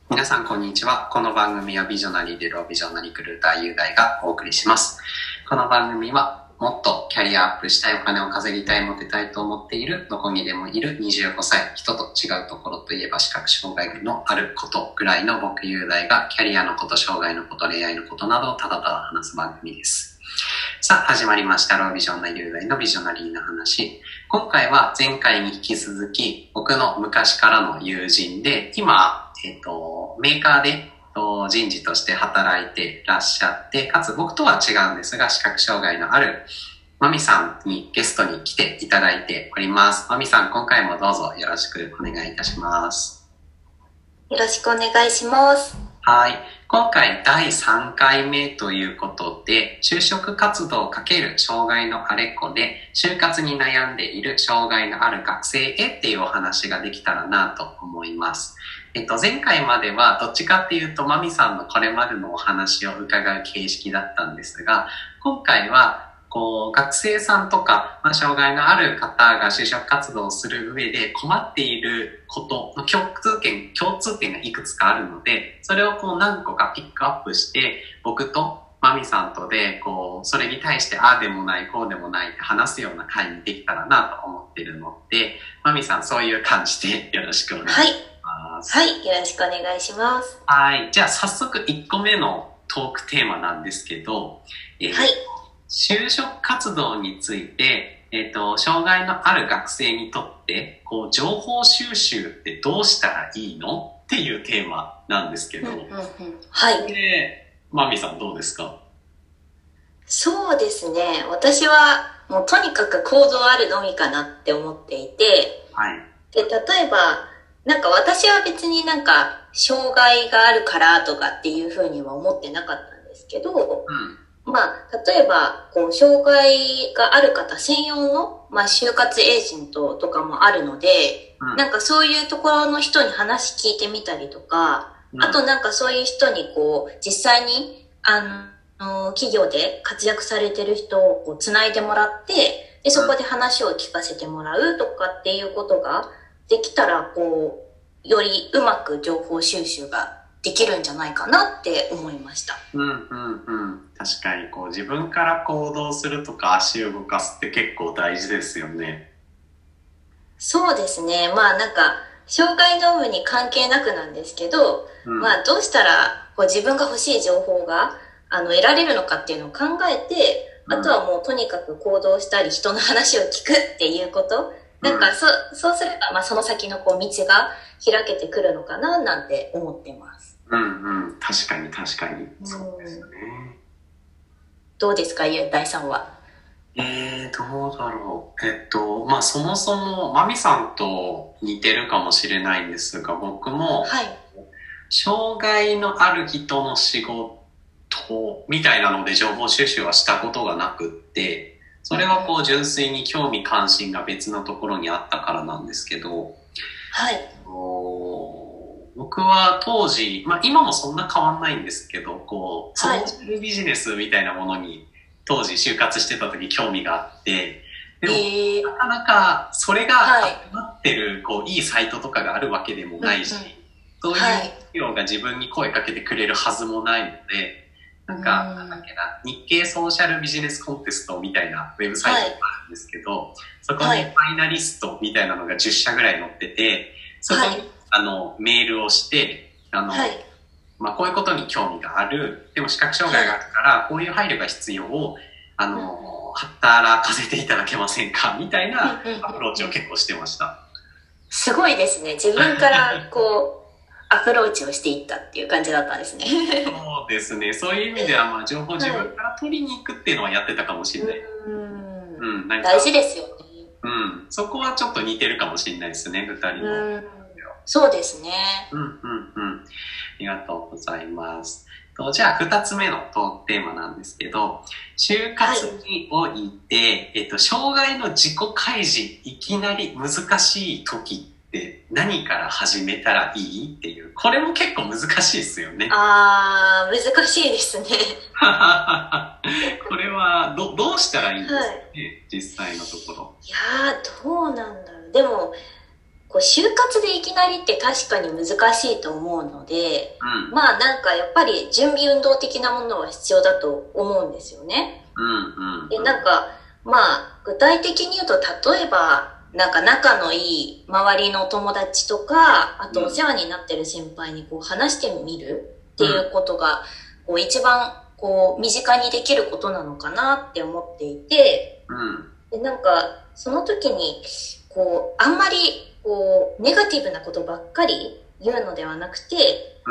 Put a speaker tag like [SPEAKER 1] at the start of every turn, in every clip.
[SPEAKER 1] 皆さんこんにちは。この番組はビジョナリーでロービジョンのリクルーター雄大がお送りします。この番組はもっとキャリアアップしたい、お金を稼ぎたい、モテたいと思っている、どこにでもいる25歳、人と違うところといえば視覚障害のあることぐらいの僕雄大がキャリアのこと、障害のこと、恋愛のことなどをただただ話す番組です。さあ始まりました。ロービジョンの雄大のビジョナリーの話。今回は前回に引き続き僕の昔からの友人で、今メーカーで人事として働いてらっしゃって、かつ僕とは違うんですが、視覚障害のあるマミさんにゲストに来ていただいております。マミさん、今回もどうぞよろしくお願いいたします。
[SPEAKER 2] よろしくお願いします。
[SPEAKER 1] はい。今回第3回目ということで、就職活動×障害のあれこで、就活に悩んでいる障害のある学生へっていうお話ができたらなと思います。前回まではどっちかっていうとマミさんのこれまでのお話を伺う形式だったんですが、今回は学生さんとか、障害のある方が就職活動をする上で困っていることの共通点がいくつかあるので、それを何個かピックアップして僕とマミさんとでそれに対してああでもないこうでもないって話すような会にできたらなと思ってるので、マミさんそういう感じでよろしくお願いします。
[SPEAKER 2] はい、よろしくお願いします。
[SPEAKER 1] はい、じゃあ早速1個目のトークテーマなんですけど、就職活動について、障害のある学生にとって情報収集ってどうしたらいいのっていうテーマなんですけど、
[SPEAKER 2] はい。
[SPEAKER 1] マミさんどうですか？
[SPEAKER 2] そうですね。私はもうとにかく行動あるのみかなって思っていて、
[SPEAKER 1] はい。
[SPEAKER 2] で、例えば、私は別に障害があるからとかっていうふうには思ってなかったんですけど、例えば、障害がある方専用の、就活エージェントとかもあるので、そういうところの人に話聞いてみたりとか、あとそういう人に実際に、企業で活躍されてる人をつないでもらって、で、そこで話を聞かせてもらうとかっていうことができたら、よりうまく情報収集ができるんじゃないかなって思いました。
[SPEAKER 1] 確かに自分から行動するとか足を動かすって結構大事ですよね。
[SPEAKER 2] そうですね。障害の有無に関係なくなんですけど、どうしたら自分が欲しい情報が得られるのかっていうのを考えて、あとはもうとにかく行動したり人の話を聞くっていうこと、そうすればその先の道が開けてくるのかななんて思ってます。
[SPEAKER 1] 確かにそうですね。
[SPEAKER 2] どうですか、ゆうたいさんは。
[SPEAKER 1] どうだろう。そもそもマミさんと似てるかもしれないんですが、僕も障害のある人の仕事みたいなので情報収集はしたことがなくって、それは純粋に興味関心が別のところにあったからなんですけど、僕は当時、今もそんな変わんないんですけど、ソーシャルビジネスみたいなものに当時就活してた時興味があって、でも、なかなかそれが集まってるいいサイトとかがあるわけでもないし、そういう企業が自分に声かけてくれるはずもないので、日経ソーシャルビジネスコンテストみたいなウェブサイトがあるんですけど、そこにファイナリストみたいなのが10社ぐらい載ってて、そこにメールをして、こういうことに興味がある、でも視覚障害があるからこういう配慮が必要を働かせていただけませんかみたいなアプローチを結構してました。
[SPEAKER 2] すごいですね。自分からアプローチをしていったっていう感じだったんですね。
[SPEAKER 1] そうですね。そういう意味では情報自分から取りに行くっていうのはやってたかもしれない。
[SPEAKER 2] 大事ですよね。
[SPEAKER 1] そこはちょっと似てるかもしれないですね、二人の。
[SPEAKER 2] そうですね。
[SPEAKER 1] ありがとうございます。じゃあ2つ目のトークテーマなんですけど、就活において、障害の自己開示いきなり難しい時って何から始めたらいいっていう、これも結構難しいですよね。
[SPEAKER 2] 難しいですね。
[SPEAKER 1] これはどうしたらいいんですかね、実際のところ。
[SPEAKER 2] どうなんだろう。でもこう就活でいきなりって確かに難しいと思うので、まあなんかやっぱり準備運動的なものは必要だと思うんですよね。で、なんか、まあ具体的に言うと、例えば、なんか仲のいい周りのお友達とか、あとお世話になってる先輩にこう話してみるっていうことが、こう一番こう身近にできることなのかなって思っていて、でなんかその時にこうあんまりこうネガティブなことばっかり言うのではなくて、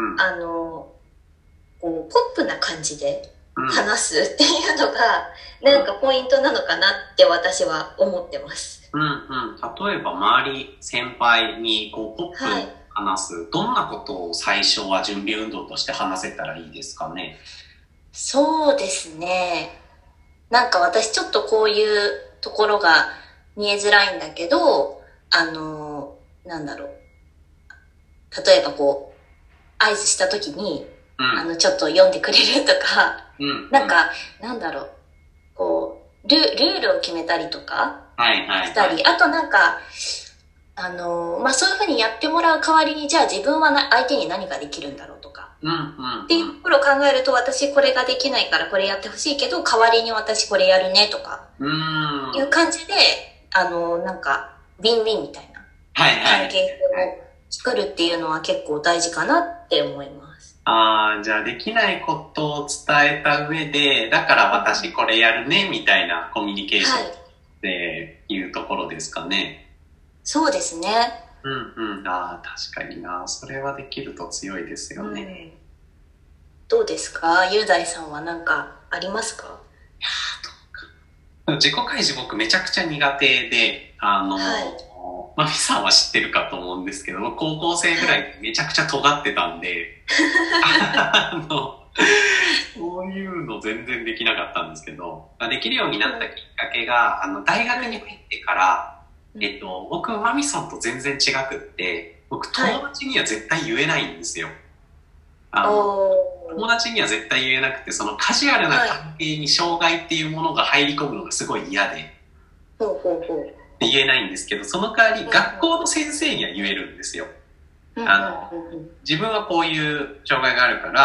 [SPEAKER 2] こうポップな感じで話すっていうのがなんかポイントなのかなって私は思ってます。
[SPEAKER 1] 例えば周り先輩にこうポップに話す、どんなことを最初は準備運動として話せたらいいですかね？
[SPEAKER 2] そうですね。なんか私ちょっとこういうところが見えづらいんだけど、なんだろう。例えばこう、合図した時に、ちょっと読んでくれるとか、なんか、なんだろう。こう、ルールを決めたりとか、したり、あとなんか、まあ、そういうふうにやってもらう代わりに、じゃあ自分は相手に何ができるんだろうとか、っていうところを考えると、私これができないからこれやってほしいけど、代わりに私これやるねとか、いう感じで、なんか、ウィンウィンみたいな関係性を作るっていうのは結構大事かなって思います。
[SPEAKER 1] じゃあできないことを伝えた上で、だから私これやるねみたいなコミュニケーションっていうところですかね。
[SPEAKER 2] そうですね。
[SPEAKER 1] 確かにな。それはできると強いですよね。
[SPEAKER 2] どうですか？雄大さんは何かありますか？
[SPEAKER 1] どうか。自己開示僕めちゃくちゃ苦手で、マミさんは知ってるかと思うんですけど、高校生ぐらいめちゃくちゃ尖ってたんで、そういうの全然できなかったんですけど、できるようになったきっかけが、大学に入ってから、僕、マミさんと全然違くって、僕、友達には絶対言えないんですよ。友達には絶対言えなくて、そのカジュアルな関係に障害っていうものが入り込むのがすごい嫌で、言えないんですけど、その代わり学校の先生には言えるんですよ。自分はこういう障害があるから、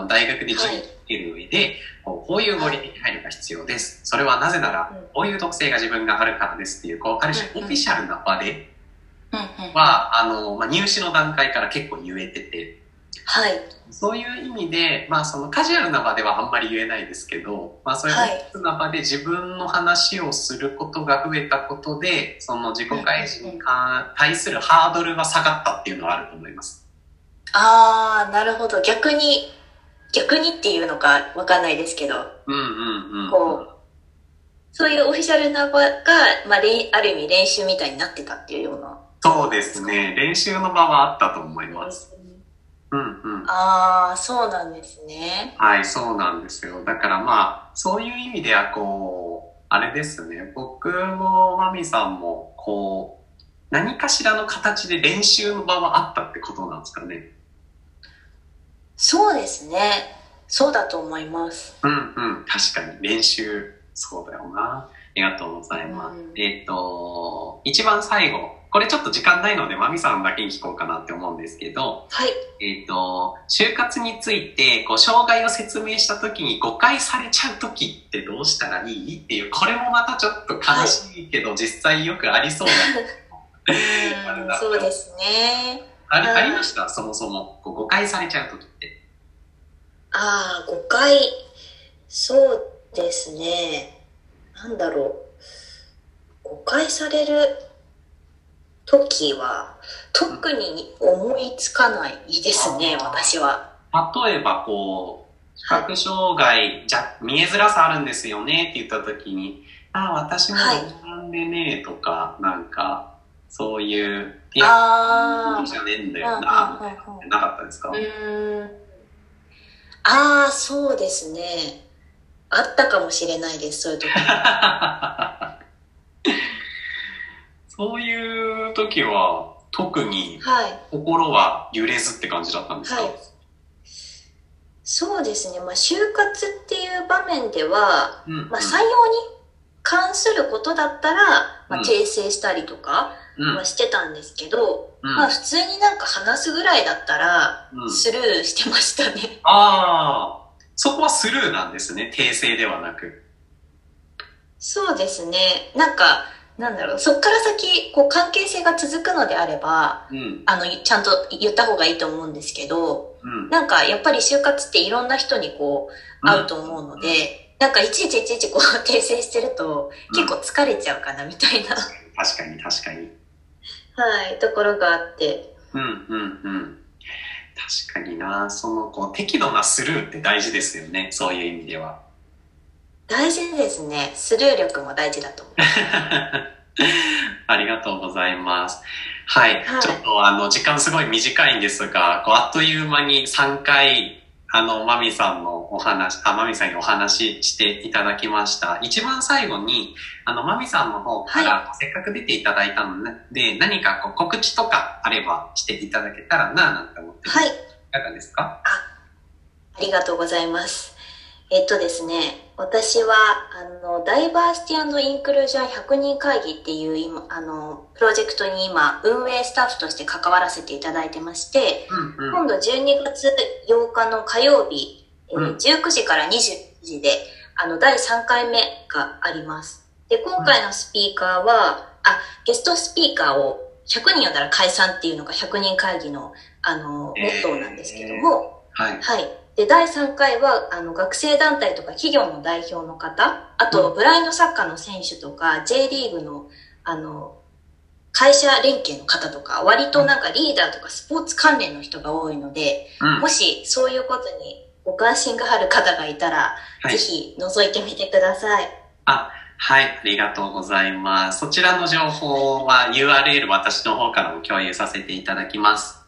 [SPEAKER 1] 大学で授業を受ける上で、こういう合理的配慮が必要です。それはなぜなら、こういう特性が自分があるからですっていう、ある種オフィシャルな場では、入試の段階から結構言えてて、そういう意味で、そのカジュアルな場ではあんまり言えないですけど、そういうオフィスな場で自分の話をすることが増えたことで、その自己開示に対するハードルが下がったっていうのはあると思います。
[SPEAKER 2] なるほど。逆にっていうのかわかんないですけど、そういうオフィシャルな場が、ある意味練習みたいになってたっていうような。
[SPEAKER 1] そうですね。練習の場はあったと思います。
[SPEAKER 2] そうなんですね。
[SPEAKER 1] はい、そうなんですよ。だからそういう意味ではあれですね。僕もマミさんも何かしらの形で練習の場はあったってことなんですかね。
[SPEAKER 2] そうですね。そうだと思います。
[SPEAKER 1] 確かに練習、そうだよな。ありがとうございます。一番最後、これちょっと時間ないのでマミさんだけに聞こうかなって思うんですけど、就活について障害を説明した時に誤解されちゃう時ってどうしたらいいっていう、これもまたちょっと悲しいけど、実際よくありそう
[SPEAKER 2] なそうですね。
[SPEAKER 1] ありました？そもそも誤解されちゃう時って。
[SPEAKER 2] 誤解、そうですね。なんだろう。誤解される時は特に思いつかないですね、私は。
[SPEAKER 1] 例えば視覚障害、見えづらさあるんですよねって言った時に、私もなんでねとか、なんかそういうじゃねえんだよな、なかったですか？
[SPEAKER 2] そうですね。あったかもしれないです、そういう時。
[SPEAKER 1] そういう時は特に心は揺れずって感じだったんですか？
[SPEAKER 2] そうですね。就活っていう場面では、採用に関することだったら、訂正したりとか、 はしてたんですけど、
[SPEAKER 1] うん、
[SPEAKER 2] まあ普通になんか話すぐらいだったら、スルーしてましたね。
[SPEAKER 1] ああ、そこはスルーなんですね。訂正ではなく。
[SPEAKER 2] そうですね。なんか、なんだろう、そっから先、こう関係性が続くのであれば、ちゃんと言った方がいいと思うんですけど、なんかやっぱり就活っていろんな人にこう、会うと思うので、なんかいちいちこう訂正してると、結構疲れちゃうかなみたいな。
[SPEAKER 1] 確かに。
[SPEAKER 2] はい、ところがあって。
[SPEAKER 1] 確かにな、こう、適度なスルーって大事ですよね。そういう意味では。
[SPEAKER 2] 大事ですね。スルー力も大事だと思う。
[SPEAKER 1] ありがとうございます。はい。ちょっと時間すごい短いんですが、こうあっという間に3回、マミさんにお話ししていただきました。一番最後に、マミさんの方から、せっかく出ていただいたので、何かこう告知とかあればしていただけたらな、なんて思ってます。いかがですか？
[SPEAKER 2] ありがとうございます。ですね、私は、ダイバーシティ&インクルージョン100人会議っていう今、プロジェクトに今、運営スタッフとして関わらせていただいてまして、今度12月8日の火曜日、19時から20時で、第3回目があります。で、今回のスピーカーは、ゲストスピーカーを100人呼んだら解散っていうのが100人会議の、モットーなんですけども、はい。で、第3回は、学生団体とか企業の代表の方、あと、ブラインドサッカーの選手とか、J リーグの、会社連携の方とか、割となんかリーダーとかスポーツ関連の人が多いので、もしそういうことにご関心がある方がいたら、ぜひ覗いてみてください。
[SPEAKER 1] はい、ありがとうございます。そちらの情報は URL 私の方からも共有させていただきます。